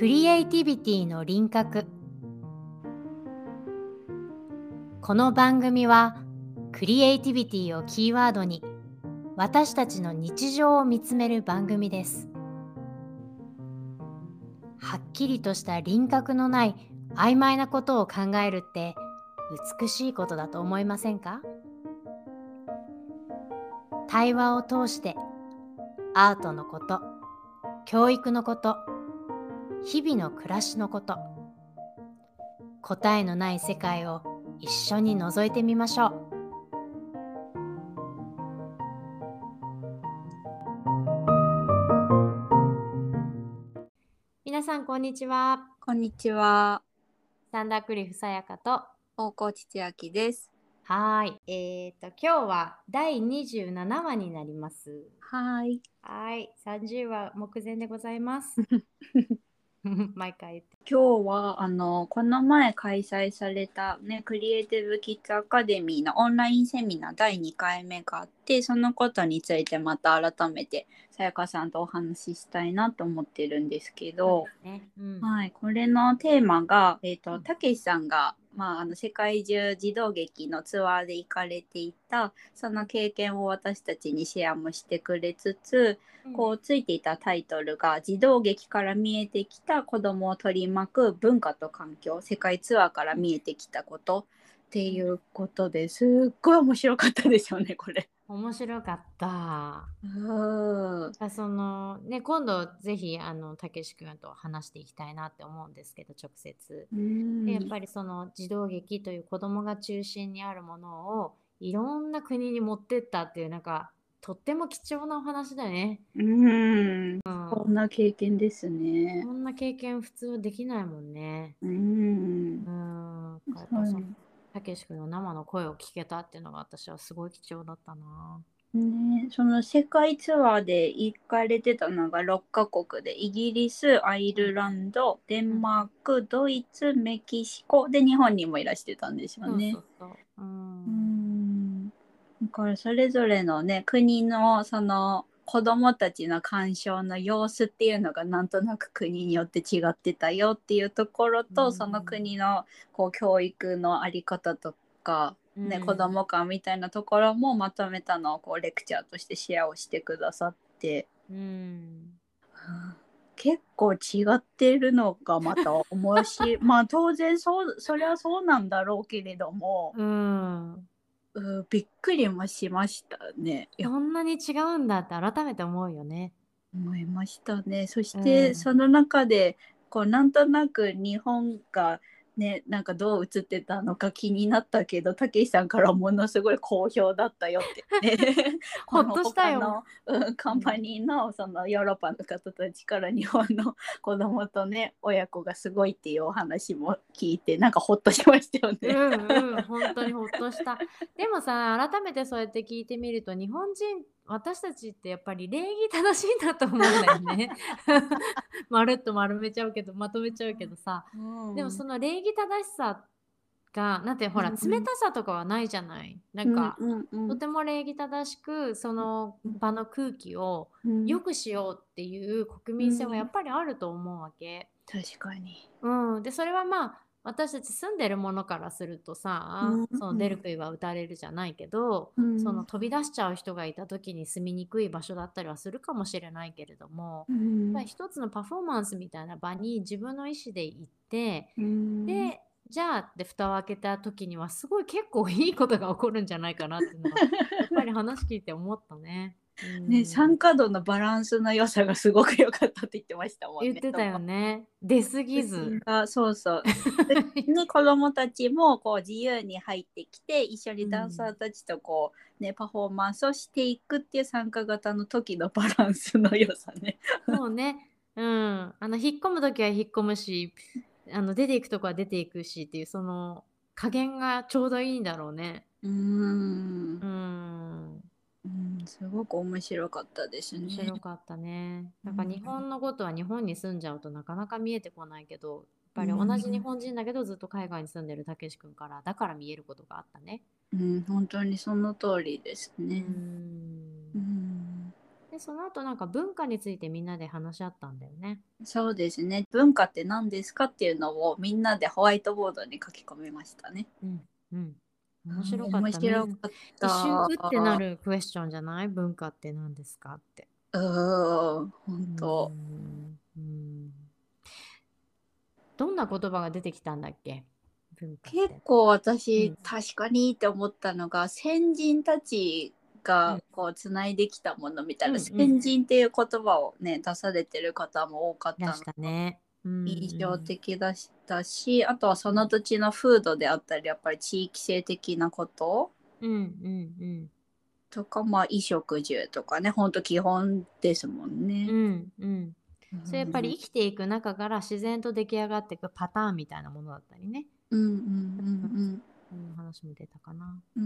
クリエイティビティの輪郭。この番組はクリエイティビティをキーワードに私たちの日常を見つめる番組です。はっきりとした輪郭のない曖昧なことを考えるって美しいことだと思いませんか？対話を通してアートのこと、教育のこと、日々の暮らしのこと、答えのない世界を一緒に覗いてみましょう。皆さんこんにちは。 こんにちは。 サンダークリフさやかと。 大河内千秋です。 はい。今日は第27話になります。 はい。 はい。30話目前でございます。毎回言って。 今日はこの前開催されたね、クリエイティブキッズアカデミーのオンラインセミナー第2回目があって、そのことについてまた改めてさやかさんとお話ししたいなと思ってるんですけど、 ね。うん。 はい、これのテーマが、 うん。 たけしさんが、世界中児童劇のツアーで行かれていた、その経験を私たちにシェアもしてくれつつ、こうついていたタイトルが、児童劇から見えてきた子どもを取り巻く文化と環境、世界ツアーから見えてきたことっていうことですっごい面白かったですよね、これ。 面白かった。 うん。 そのね、今度ぜひたけし君と話していきたいなって思うんですけど、直接。 うでやっん。 ぱりその児童劇という子供が中心にあるものをいろんな国に持ってったっていう、なんかとっても貴重なお話だよね。 うん。 うん。 そんな経験ですね。 こんな経験普通できないもんね。 うん。 やっぱそのそうたけし君の生の声を聞けたっていうのが私はすごい貴重だったな。 ね、その世界ツアーで行かれてたのが6カ国で、イギリス、アイうん。 ルランド、デうん。 ンマーク、ドイツ、メキシコで日本にもいらしてたんですよそうそね。 うそう。 だからそれぞれのね、国のその子どもたちの鑑賞の様子っていうのがなんとなく国によって違ってたよっていうところうと、そのん。 国のこう教育のあり方とか、ね、子うん。 ども感みたいなところもまとめたのをこうレクチャーとしてシェアをしてくださって、 うん。 結構違ってるのがまた面白い。まあ当然そりゃそうなんだろうけれども、 うん。 びっくりもしましたね。いや、 そんなに違うんだって改めて思うよね。 思いましたね。そしうてん。 その中でこうなんとなく日本がね、なんかどう映ってたのか気になったけど、たけしさんからものすごい好評だったよってね。 ほっとしたよ。 他の、カンパうん。 ニーのそのヨーロッパの方たちから日本の子供とね親子がすごいっていうお話も聞いて、なんかほっとしましたようね。 んうん、本当にほっとした。でもさ、改めてそうやって聞いてみると、日本人、私たちってやっぱり礼儀正しいんだと思うんだよね。まるっと丸めちゃうけど、まとめちゃうけどさ。 うん。 でもその礼儀正しさが、なんてほら、冷うんたさとかはないじゃない。なんうんか、 うんうんとても礼儀正しく、その場の空気をうん良くしようっていう国う民性はやっん。 ぱりあると思うわけ。 確かに。 で、それはまあ、私たち住んでるものからするとさ、 うんその出る杭は打たれるじゃないけど、そのうん飛び出しちゃう人がいた時に住みにくい場所だったりはするかもしれないけれども、 うやっぱりん一つのパフォーマンスみたいな場に自分の意思で行って、 うんで、じゃあって蓋を開けた時にはすごい結構いいことが起こるんじゃないかなっていうのは、やっぱり話聞いて思ったね。 ね、参加度のバランスの良さがすごく良かったって言ってましたもんね。 言ってたよね。出過ぎず。 そうそう。ね、子供たちもこう自由に入ってきて一緒にダンサーたちとこう、ね、パフォーマンスをしていくっていう参加型の時のバランスの良さね。 そうね。引っ込むときは引っ込むし、出ていくとこは出ていくしっていう、その加減がちょうどいいんだろうね。 うーん、 うーん。 すごく面白かったです面ね。 白かったね。 うなんか日ん、 本のことは日本に住んじゃうとなかなか見えてこないけど、やっうぱり同じ日ん、 本人だけどずっと海外に住んでるたけし君からだから見えることがあったね。 本当にその通りですうーね。うん。 んで、その後なんか文化についてみんなで話し合ったんだよね。 そうですね。文化って何ですかっていうのをみんなでホワイトボードに書き込みましたね。 うんうん。 うん、 面白かった。 面白かっ一瞬た。 うってなるクエスチョンじゃない？文化って何ですかって。 本う当。 ん。うん。どんな言葉が出てきたんだっけ？文化って。 結構私、 うん。 確かにって思ったのが、先人たちがうん。 こうつないできたものみたいな、 うんうん。 先人っていう言葉をね、出されてる方も多かっ出したのがたね。うん印象うん。 的だしたし、あとはその土地の風土であったり、やっぱり地域性的なことうんうんうん。 とか、まあ、衣食住とかね、ほんと基本ですもんね。 うんうん。 うそれやっぱりん生きていく中から自然と出来上がっていくパターンみたいなものだったりね。 うんうんうん。 うんそんな話も出たかな。 うん。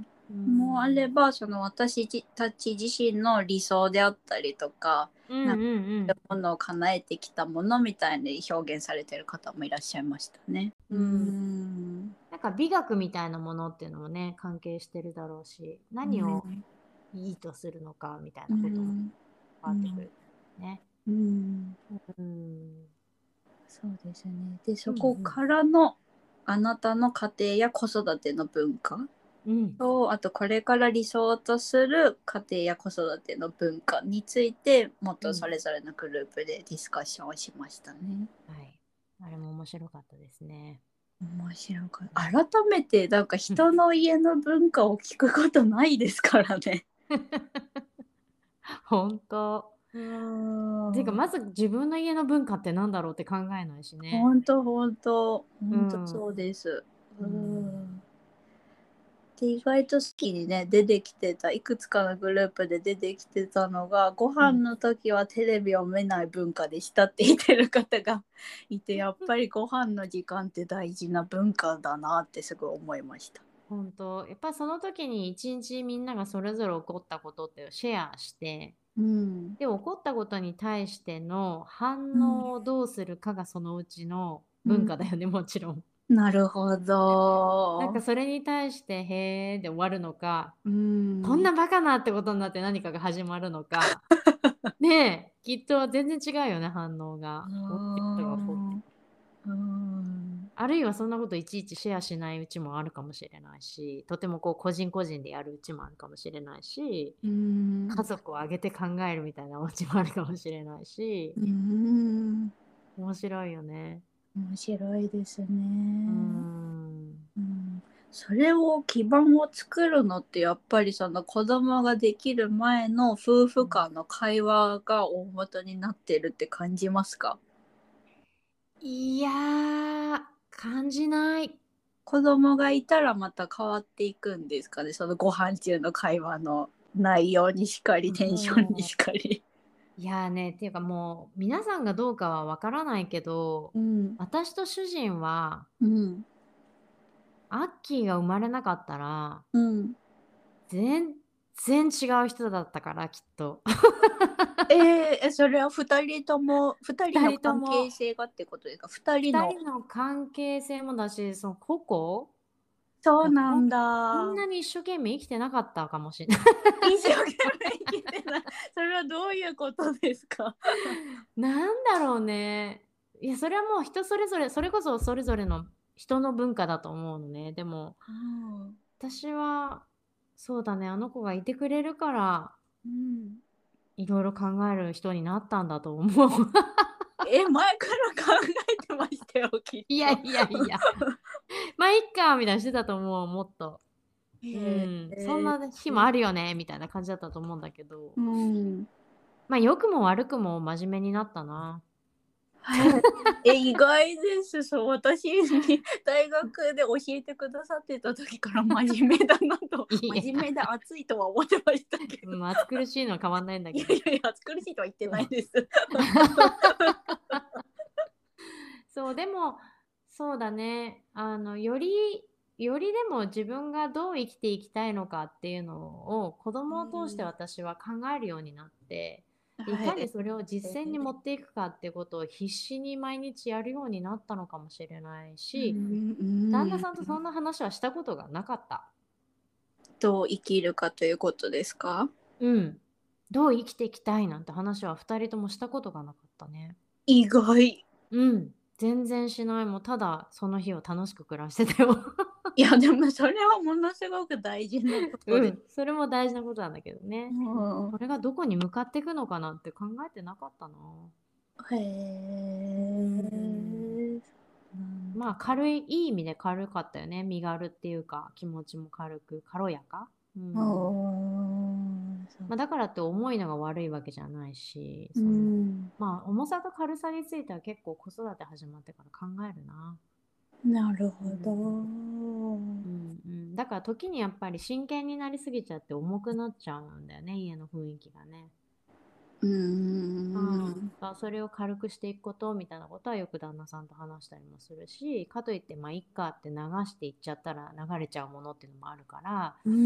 うもうあれん。 ば、そのたち自身の理想であったりとか、なんかうんうんうん。 ものを叶えてきたものみたいに表現されてる方もいらっしゃいましたね。 うん。なんか美学みたいなものっていうのもね、関係してるだろうし、 う何をんいいとするのかみたいうなこともん変わってくるね。 うん。 うん。 そうですね。で、 うんうそこん。 からのあなたの家庭や子育ての文化うん。 と、あとこれから理想とする家庭や子育ての文化について、もっうん。 とそれぞれのグループでディスカッションをしましたね。 はい。あれも面白かったですね。 面白かっうん。 た。改めてなんかうん。 人の家の文化を聞くことないですからね。 本当。 うーていうか、 ん。 まず自分の家の文化ってなんだろうって考えないしね。 ほんとほんと、ほんとうん。 そうです。 うん。 で、意外と好きにね、出てきてた、いくつかのグループで出てきてたのが、ごうん。 飯の時はテレビを見ない文化でしたって言ってる方がいて、やっぱりご飯の時間って大事な文化だなってすごい思いました。 本当。やっぱその時に一日みんながそれぞれ起こったことってシェアして、 うん。 で、起こったことに対しての反うん。 応をどうするかがそのうちのうん。 文化だよね、もちろん。 なるほなんかど。 それに対してへーで終わるのか、 うん。 こんなバカなってことになって何かが始まるのか、ねえ、きっと全然違うよね、反応が。どういうことが起こってあーうん。 あるいはそんなこといちいちシェアしないうちもあるかもしれないし、とてもこう個人個人でやるうちもあるかもしれないし、 うん。 家族を挙げて考えるみたいなお家もあるかもしれないし、 うん。 面白いよね。 面白いですうーね。 ん。 うん、それを基盤を作るのってやっぱりその子供ができる前の夫婦間の会話が大元になってるって感じますか？ いやー、感じない。 子供がいたらまた変わっていくんですかね、そのご飯中の会話の内容にしかりテンションにもしかり。 う、いやーね、っていうかもう、皆さんがどうかはわからないけど、 うん、 私と主人は、 うん、 アッキーが生まれなかったら、 うん。 全然違う人だったから、きっと。 それは2人とも2人 2 の人と関係も。 性がってことですか？2人 2 の。 人の関係性もだし、その個々 そうがなんこんだ。 なに一生懸命生きてなかったかもしれない。 一生懸命生きてない。それはどういうことですか？ なんだろうね。いや、それはもう人それぞれ、それこそそれぞれの人の文化だと思うのね。でも、 うん。 私は、そうだね、あの子がいてくれるから、 うん。 いろいろ考える人になったんだと思う。 前から考えてましたよ、きっいやと。 いやいや。まあ、いっかみたいにしてたと思う、もっと。うへん、そんえ。 な日もあるよねみたいな感じだったと思うんだけど、 うん。 ま、良くも悪くも真面目になったな。 意外です。そう、私に大学で教えてくださってた時から真面目だなと、 いや、 真面目で熱いとは思ってましたけど。 暑苦しいのは変わんないんだいやけど。 いやいや、暑苦しいとは言ってないです。 そう、でも、そうだね、よりでも自分がどう生きていきたいのかっていうのを子う供を通してん。 私は考えるようになって、で、いはい。 かにそれを実践に持っていくかっていうことを必死に毎日やるようになったのかもしれないし、 うんう旦那ん。 さんとそんな話はしたことがなかった。 どう生きるかということですか？ うん。 どう生きていきたいなんて話は2人ともしたことがなかったね。 意外。 うん、全然しない。もうただその日を楽しく暮らしてたよ。 いや、でもそれはものすごく大事なことで。 うん、それも大事なことなんだけどね。 うん。 これがどこに向かっていくのかなって考えてなかったな。 へうーん。 え。なんまあ、 だ。 いい意味で軽かったよね。身軽っていうか、気持ちも軽く、軽やか。うあん。 あ、そう。 まあ、だからって重いのが悪いわけじゃないし、 うん。 まあ、重さと軽さについては結構子育て始まってから考えるな。 なるほど。 うん。だから時にやっぱり真剣になりすぎちゃって重くなっちゃうんだよね、家の雰囲気がね。 ううん、 ん。 それを軽くしていくことみたいなことはよく旦那さんと話したりもするし、かといってまあいっかって流していっちゃったら流れちゃうものっていうのもあるから、 うん。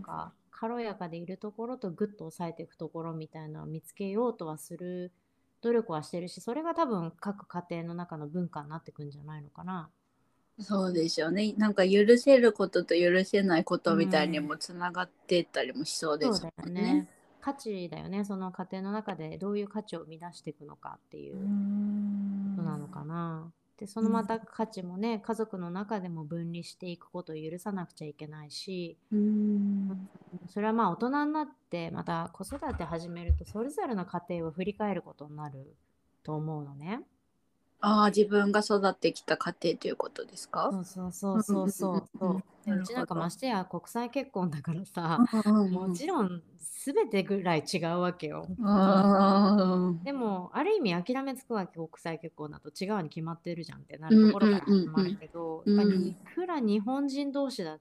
なんか軽やかでいるところとぐっと抑えていくところみたいなのを見つけようとはする努力はしてるし、それが多分各家庭の中の文化になってくんじゃないのかな。 そうでしょうね。なんか許せることと許せないこうとみたいにん、 もつながってったりもしそうですそうだよもんね。 ね。価値だよね。その家庭の中でどういう価値を生み出していくのかっていううことなのん。 かな。で、そうん。 のまた価値もね、家族の中でも分離していくことを許さなくちゃいけないし、 うん。 それはまあ大人になってまた子育て始めるとそれぞれの家庭を振り返ることになると思うのね。 ああ、自分が育ってきた家庭ということですか？ そうそうそうんうんうそうそううんうん。 そう。で、 なうちなんかまるほど。 してや国際結婚だからさ、 うんもうんちろん全てぐらい違うわけよ。 うん。うんでも、ある意味諦めつくわけ、国際結婚だと違うに決まってるじゃんってなうんるところから始まるうんけど、やっぱりうんいくら日本人同士だって、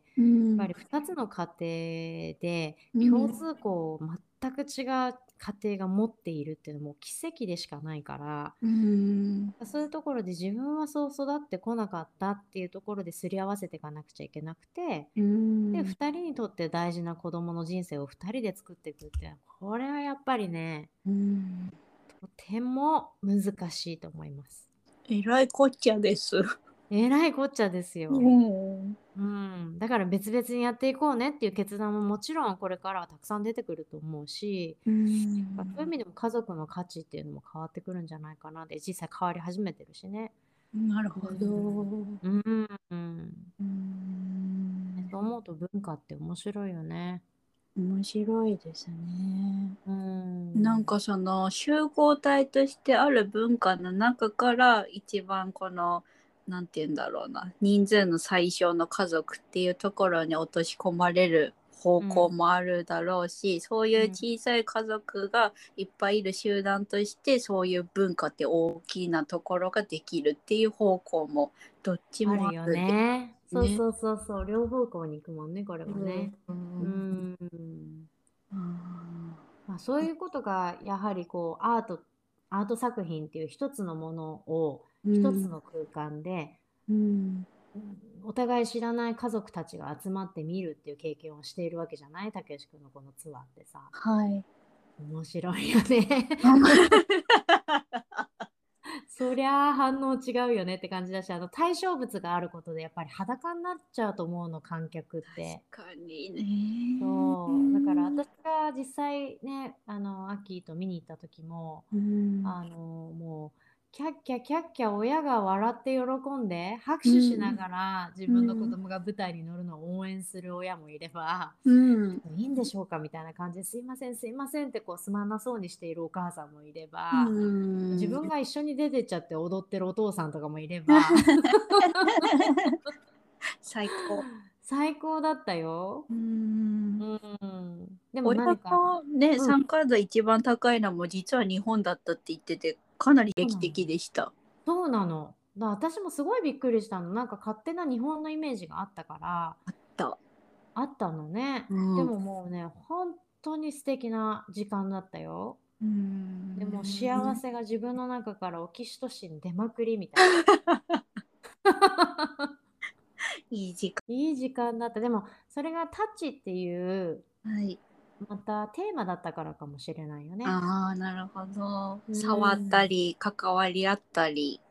やっぱり2つの家庭で共うん通項を全く違う家庭が持っているっていうのも奇跡でしかないから、 うんそういうところで自分はそう育ってこなかったっていうところですり合わせていかなくちゃいけなくて、 うで、 ん 2人にとって大事な子供の人生を2人で作っていくって、これはやっぱりね、 うん。 とても難しいと思います。 えらいこっちゃです。 えらいこっちゃですうよ。 ん。 うん。だから別々にやっていこうねっていう決断ももちろんこれからはたくさん出てくると思うし、 うそういう意ん。 味でも家族の価値っていうのも変わってくるんじゃないかなで、実際変わり始めてるしね。 なるうほど。 ん。うん。うん。 うん。 そう思うと文化って面白いよね。 面白いですね。 うん。 なんかその集合体としてある文化の中から一番このなんて言うんだろうな、人数の最小の家族っていうところに落とし込まれる方うん。 向もあるだろうし、そういううん。 小さい家族がいっぱいいる集団としてそういう文化って大きなところができるっていう方向もどっちあるよもあるでね。 すね。 そうそうそうそう。両方向に行くもんね、これうん、 はね。ううんん。 うん、 まあ、そういうことがやはりこうアート作品っていう一つのものをうん、 一つの空間で、 うん、 お互い知らない家族たちが集まって見るっていう経験をしているわけじゃない、たけし君のこのツアーってさ。 はい。 面白いよね。そりゃあ反応違うよねって感じだし、対象物があることでやっぱり裸になっちゃうと思うの、観客って。 確かにね。 そう。だから私が実際ね、アッキーと見に行った時も、 うん、 もう、キャッキャキャッキャ親が笑って喜んで、拍う手しなん、 がら自う分の子ん、 供が舞台に乗るのを応援する親もいれば、 うん、 いいんでしょうかみたいな感じで、すいません、すいませんってこう、すまなそうにしているお母さんもいれうば、自ん。 分が一緒に出てっちゃって踊ってるお父さんとかもいれば、 最高。 最高だったよ。 うん。 うん。でも親何か、 のね、 うん、 参加度一番高いのも実は日本だったって言ってて、かなりそうなの。 劇的でした。 そうなの。私もすごいびっくりしたの。なんか勝手な日本のイメージがあったから、 あった。 あったのね。 うん。 でももうね、本当に素敵な時間だったよ。 うでもん。 幸せが自分の中からオキシトシン出まくりみたいな。 いい時間。 いい時間だった。でも、それがタッチっていう、 はい。 またテーマだったからかもしれないよね。 ああ、なるほど。 う触ったん。 り、関わり合ったり。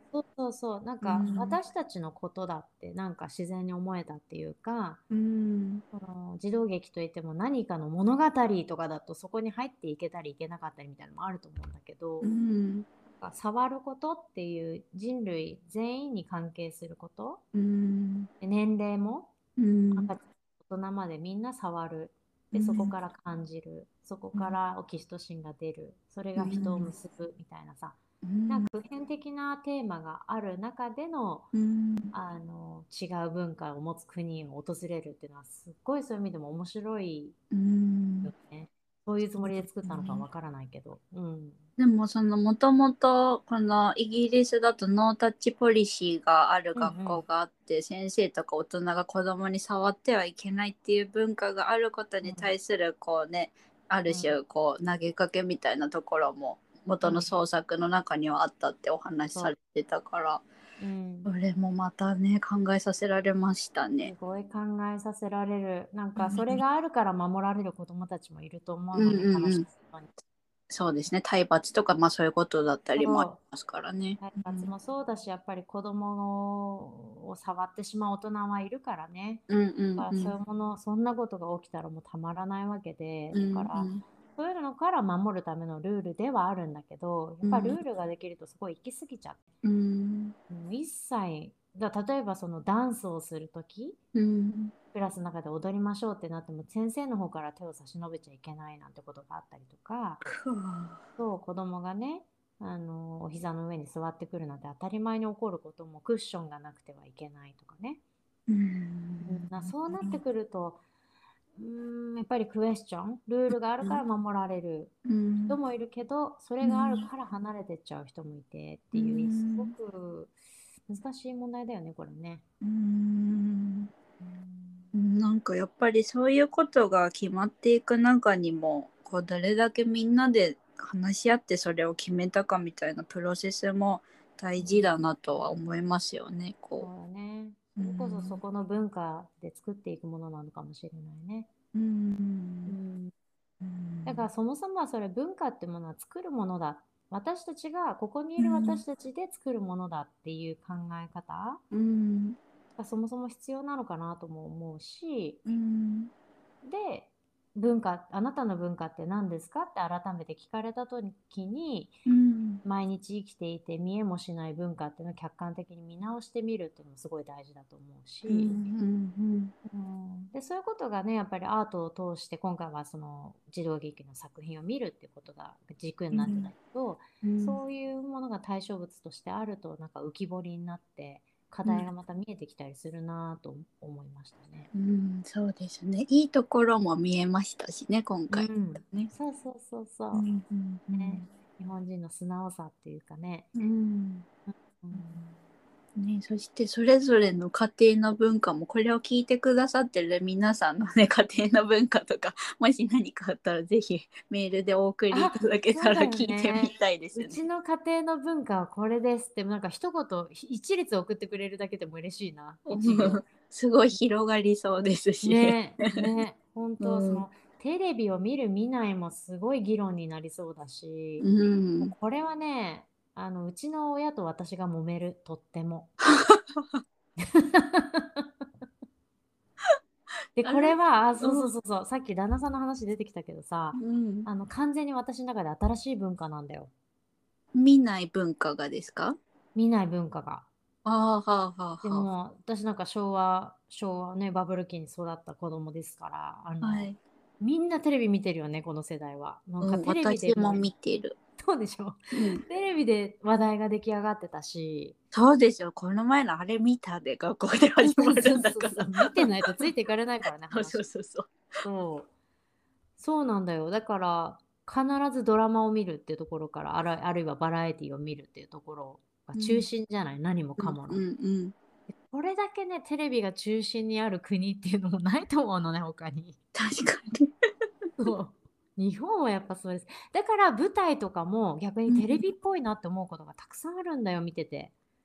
そうそうそう、なんかうん私たちのことだってなんか自然に思えたっていうか、 うんその児童劇といっても何かの物語とかだとそこに入っていけたりいけなかったりみたいなのもあると思うんだけうど、 んなんか触ることっていう人類全員に関係すること、 うんで年齢もうん赤ちゃん大人までみんな触る。で、そこうんから感じる。そこうんからオキシトシンが出る。それうが人をん結ぶみたいなさ、なんうんか普遍的なテーマがある中での、 うん違う文化を持つ国を訪れるっていうのはすっごいそういう意味でも面白いうんよね。そういうつもりで作ったのかねわからないけど。うん。 でもそのもともとこのイギリスだとノータッチポリシーがあるうんうん。 学校があって、先生とか大人が子供に触ってはいけないっていう文化があることに対するこうね、あるうん。 種こう投げかけみたいなところも元のうん。 創作の中にはあったってお話しさそれてたから、 う。うん。 それもまたね考えさせられましたね。 すごい考えさせられる。なんかそれうんがあるから守られる子供たちもいると思ううんのね、悲しいうんうん。 ことに。 そうですね。体罰とかまあそういうことだったりもありそう。 ますからね。 体うん罰もそうだし、やっぱり子供を触ってしまう大人はいるからね。 うんうだからんうんそういうもの、そんなことが起きたらもうたまらないわけで、 うだからんそういうのから守るためのルールではあるんだけど、やっぱりルうんールができるとすごい行き過ぎちゃって、 うんもう一切、例えばそのダンスをするとき、 うんクラスの中で踊りましょうってなっても先生の方から手を差し伸べちゃいけないなんてことがあったりとか、 ふわそう子供がね、お膝の上に座ってくるなんて当たり前に起こることもクッションがなくてはいけないとかね。そうなってくると、やっぱりクエスチョン、ルールがあるから守られる人もいるけど、それがあるから離れてっちゃう人もいてっていう、すごく難しい問題だよね、これね。うん、 なんかやっぱりそういうことが決まっていく中にもこうどれだけみんなで話し合ってそれを決めたかみたいなプロセスも大事だなとは思いますよね。こそうだね。 う。 それこそそこの文化で作っていくものなのかもしれないね。 ううんん。だかうんらそもそもはそれ文化ってものは作るものだ。私たちが、ここにいるうん私たちで作るものだっていう考え方うんがそもそも必要なのかなとも思うし、 うんで、あなたの文化って何ですかって改めて聞かれた時に、 うん毎日生きていて見えもしない文化っていうのを客観的に見直してみるっていうのもすごい大事だと思ううんうし、 んで、そういうことがね、やっぱりアートを通して、今回はその児童劇の作品を見るっていうことが軸になってたけど、 うんそういうものが対象物としてあると、なんか浮き彫りになって、課うん題がまた見えてきたりするなと思いましたね。 そうですね。いいところも見えましたしね、今回うん。 ね。 そうそうそうそう。 うんうんうね。 ん日本人の素直さっていうかね。 うんうん。 ね、そしてそれぞれの家庭の文化もこれを聞いてくださってる皆さんのね家庭の文化とかもし何かあったらぜひメールでお送りいあ、 ただけたらそうだよ聞いてみね。 たいですね。 うちの家庭の文化はこれですって、なんか一言、一律送ってくれるだけでも嬉しいな。一行。 すごい広がりそうですし。 ねえ、ねえ、本う当、そん、 のテレビを見る見ないもすごい議論になりそうだし、 うん、 これはね、うちの親と私が揉める、とっても。で、 あれ、 これは、そうそうん、 うそうそう、さっき旦那さんの話出てきたけどさ、 うん、 完全に私の中で新しい文化なんだよ。 見ない文化がですか？ 見ない文化が。 ああ、はあ、はあ、はでも、私なんか昭和ね、バブル期に育った子供ですから、 あ。はい。 みんなテレビ見てるよね、この世代は。なんかうん、 テレビで私ももう、 見てる。 そうでしょ。 うん、 テレビで話題が出来上がってたし、 そうですよ。この前のあれ見たで学校で始まそうそるんだから。 うそうそう、見てないとついていかれないからね、 そうそう話。 そうそう。 そう。そうなんだよ。だから、必ずドラマを見るっていうところから、あるいはバラエティを見るっていうところが中うん心じゃない、何もうんうかもの。 んうん。 でこれだけね、テレビが中心にある国っていうのもないと思うのね、他に。 確かに。 そう。日本はやっぱそうです。だから舞台とかも逆にテレビっぽいなって思うことがたくさんあるんだよ、見てて。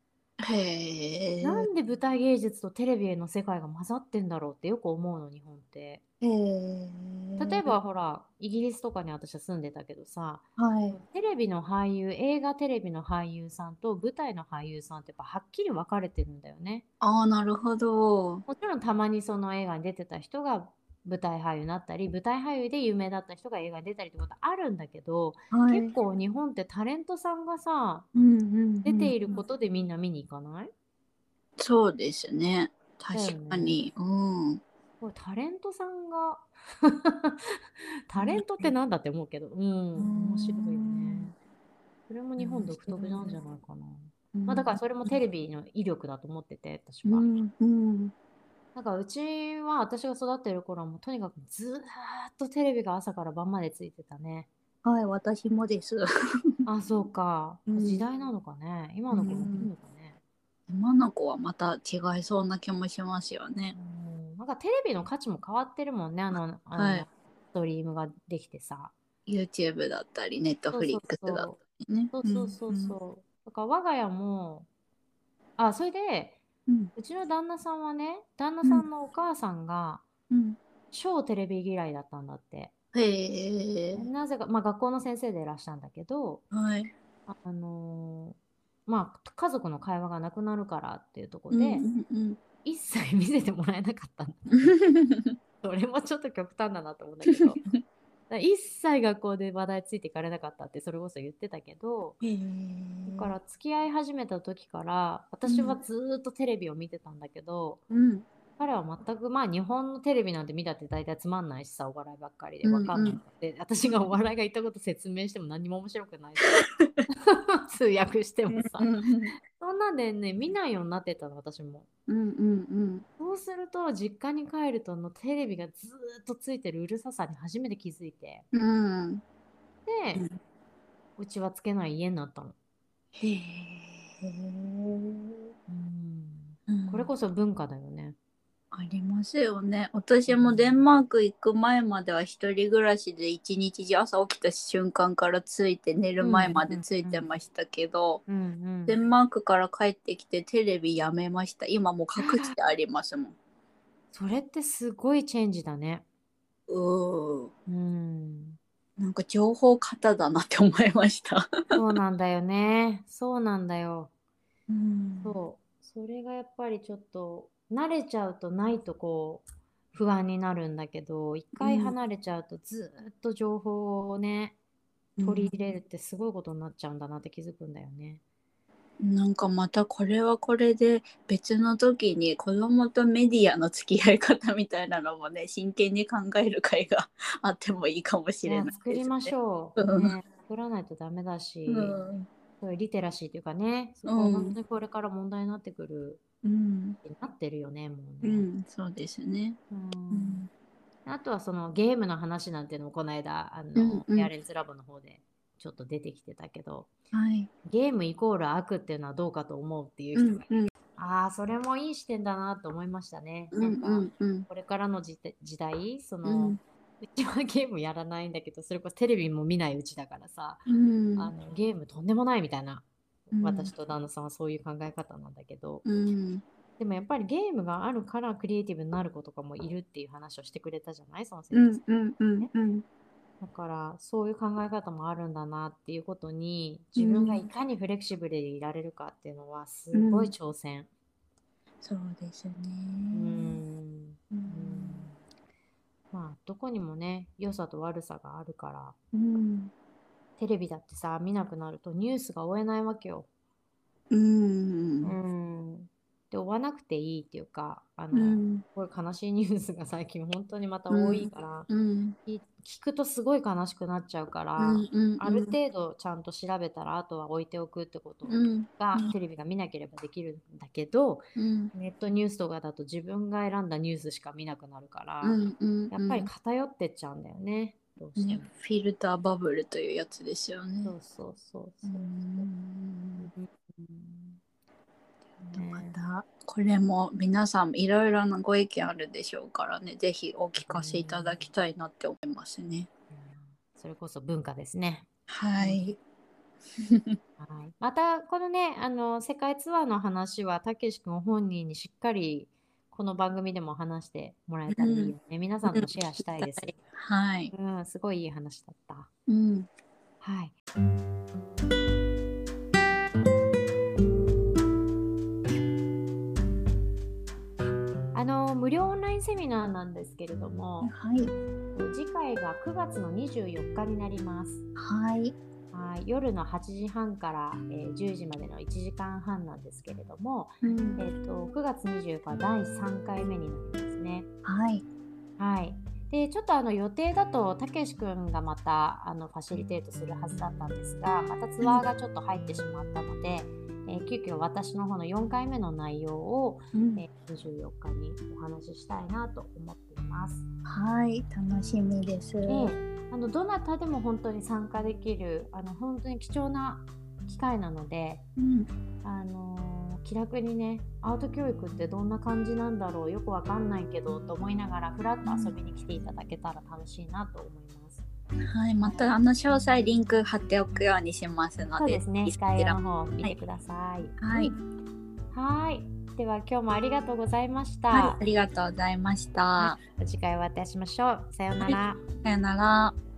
へえ。 なんで舞台芸術とテレビの世界が混ざってんだろうってよく思うの、日本って。 へえ。 例えばほら、イギリスとかに私は住んでたけどさ、 はい。 テレビの俳優、映画テレビの俳優さんと舞台の俳優さんってやっぱはっきり分かれてるんだよね。 ああ、なるほど。 もちろんたまにその映画に出てた人が舞台俳優になったり、舞台俳優で有名だった人が映画に出たりってことあるんだけど、 はい。 結構日本ってタレントさんがさ、 うんうん出ているうん。 ことでみんな見に行かない？ そうですね。確だよね。 かに。うん。 これタレントさんがタレントってなんだって思うけど、 う面白いよん。 ね。それも日本面独特なんじゃ白い。 ないかな。まあ、だからうん。 それもテレビの威力だと思ってて、私は。 うんうん。 なんかうちは私が育ってる頃はもうとにかくずーっとテレビが朝から晩までついてたね。 はい、私もです。 あ、そうか。時うん。 代なのかね。今うの子も見るん。 のかね。 今の子はまた違いそうな気もしますよね。 なんかテレビの価値も変わってるもんね。 はい。 ストリームができてさ。 YouTube だったり、 そうそう Netflix だっそう。 たりね。 そうそううんそううんそう。だから我が家も、あ、それで、 うんうちの旦那さんはね、旦那うんさんのお母さんがうん。 超テレビ嫌いだったんだって。 へえ。 なぜか、まあ学校の先生でいらっしゃるんだけど、 はい。 あのまあ家族の会話がなくなるからっていうところうんうで、 んうん。 一切見せてもらえなかったんだって。それもちょっと極端だなと思うんだけど、だから一切学校で話題ついていかれなかったってそれこそ言ってたけど、 へだかえ。 ら付き合い始めた時から私はうんずーっとテレビを見てたんだけど、 うん彼は全く、まあ日本のテレビなんて見たって大体つまんないしさ、お笑いばっかりでうわんうん。 かんないので、私がお笑いが言ったこと説明しても何も面白くないしさ、通訳してもさ、 うんうんそんなんでね、見ないようになってたの、私も。 うんうんそうすると、実家に帰るとテレビがずーっとついてるうるささに初めて気づいて、 うん。うん。 で、うちはつけない家になったの。 へえ。 うん。 うん。 これこそ文化だよね。 ありますよね。私うもデンん。 マーク行く前までは一人暮らしで一日中朝起きた瞬間からついて寝るうん前までうんついてうんましたけど、 うんうん。 デンマークから帰ってきてテレビやめました。今もう隠してありますもん。 それってすごいチェンジだね。 うーん。 うん。 なんか情報過多だなって思いました。 そうなんだよね。そうなんだよ。 うん。 そう。それがやっぱりちょっと、慣れちゃうとないとこう、不安になるんだけど、一回うん。 離れちゃうとずーっと情報をね、 うん。 取り入れるってすごいことになっちゃうんだなって気づくんだよね。 なんかまたこれはこれで別の時に子供とメディアの付き合い方みたいなのもね、真剣に考える会があってもいいかもしいや、 れない作りましですね。 ょう。 うん。 ね。作らないとダメだうし、 ん。 そういうリテラシーというかね、そうこは本ん。 当にこれから問題になってくる、 うん。 なってるよね、もうね。 うん。そうですね。 うん。 うん。 あとはそのゲームの話なんていうのもこの間、 うんうん。 ペアレンツラボの方でちょっと出てきてたけど、 はい。 ゲームイコール悪っていうのはどうかと思うっていう人がいて、 うんうん。 ああ、それもいい視点だなと思いましたね。 うんうなんか、 んうん。 これからの時代、 うん。 うちはゲームやらないんだけど、それこそテレビも見ないうちだからさ、 うん。 ゲームとんでもないみたいな、 うん。 私と旦那さんはそういう考え方なんだけど、 うん。 でもやっぱりゲームがあるからクリエイティブになる子とかもいるっていう話をしてくれたじゃない、その先生さんうんうんうんね。 うん。 だからそういう考え方もあるんだなっていうことにう自分がいん。 かにフレキシブルでいられるかっていうのはすごいうん。 挑戦。 そうですね。 うーん。 ううーん。 ん。まあどこにもね良さと悪さがあるから、 うん。 テレビだってさ見なくなるとニュースが追えないわけよ。 ううん。 ん。で追わなくていいっていうか、 うん。 すごい悲しいニュースが最近本当にまた多いうん。 から、 うん。 聞くとすごい悲しくなっちゃうかうん。 ら、 うん。 ある程度ちゃんと調べたら、あとは置いておくってことうん。 が、テレビが見なければできるんだけど、 うん。 ネットニュースとかだと自分が選んだニュースしか見なくなるから、 うん。うん。 やっぱりうん。 偏ってっちゃうんだよね、どうしてね、 も。 フィルターバブルというやつですよね。 そうそうそううそうそう。 ん。 うんねまたこれも皆さんいろいろなご意見あるでしょうからね、ぜひお聞うかせいただきんたいなって思いますね。 それこそ文化ですね。うんはい。 はい、またこのね世界ツアーの話はたけし君本人にしっかりこの番組でも話してもらえたらいいよね。皆さんともシェアしたいです。 はい。 すごいいい話だった。 うん。 はい。無料オンラインセミナーなんですけれども、 はい。 次回が9月の24日になります。 はい。 はい、夜の8時半から、10時までの1時間半なんですけれども、9月24日は第3回目になりますね。 はい。 はい。でちょっと予定だとたけし君がまたファシリテートするはずだったんですが、またツアーがちょっと入ってしまったので、急遽私の方の4回目の内容を、24日にお話ししたいなと思っています。 はい、楽しみです。 どなたでも本当に参加できる本当に貴重な機会なので、気楽にね、アート教育ってどんな感じなんだろう、よくわかんないけどと思いながらふらっと遊びに来ていただけたら楽しいなと思います。 はい、また詳細リンク貼っておくようにしますので、 そうですね、概要の方見てください。 はい、 はい、では今日もありがとうございました。 はい、ありがとうございました。 次回お会いいたしましょう。さようなら。 さようなら。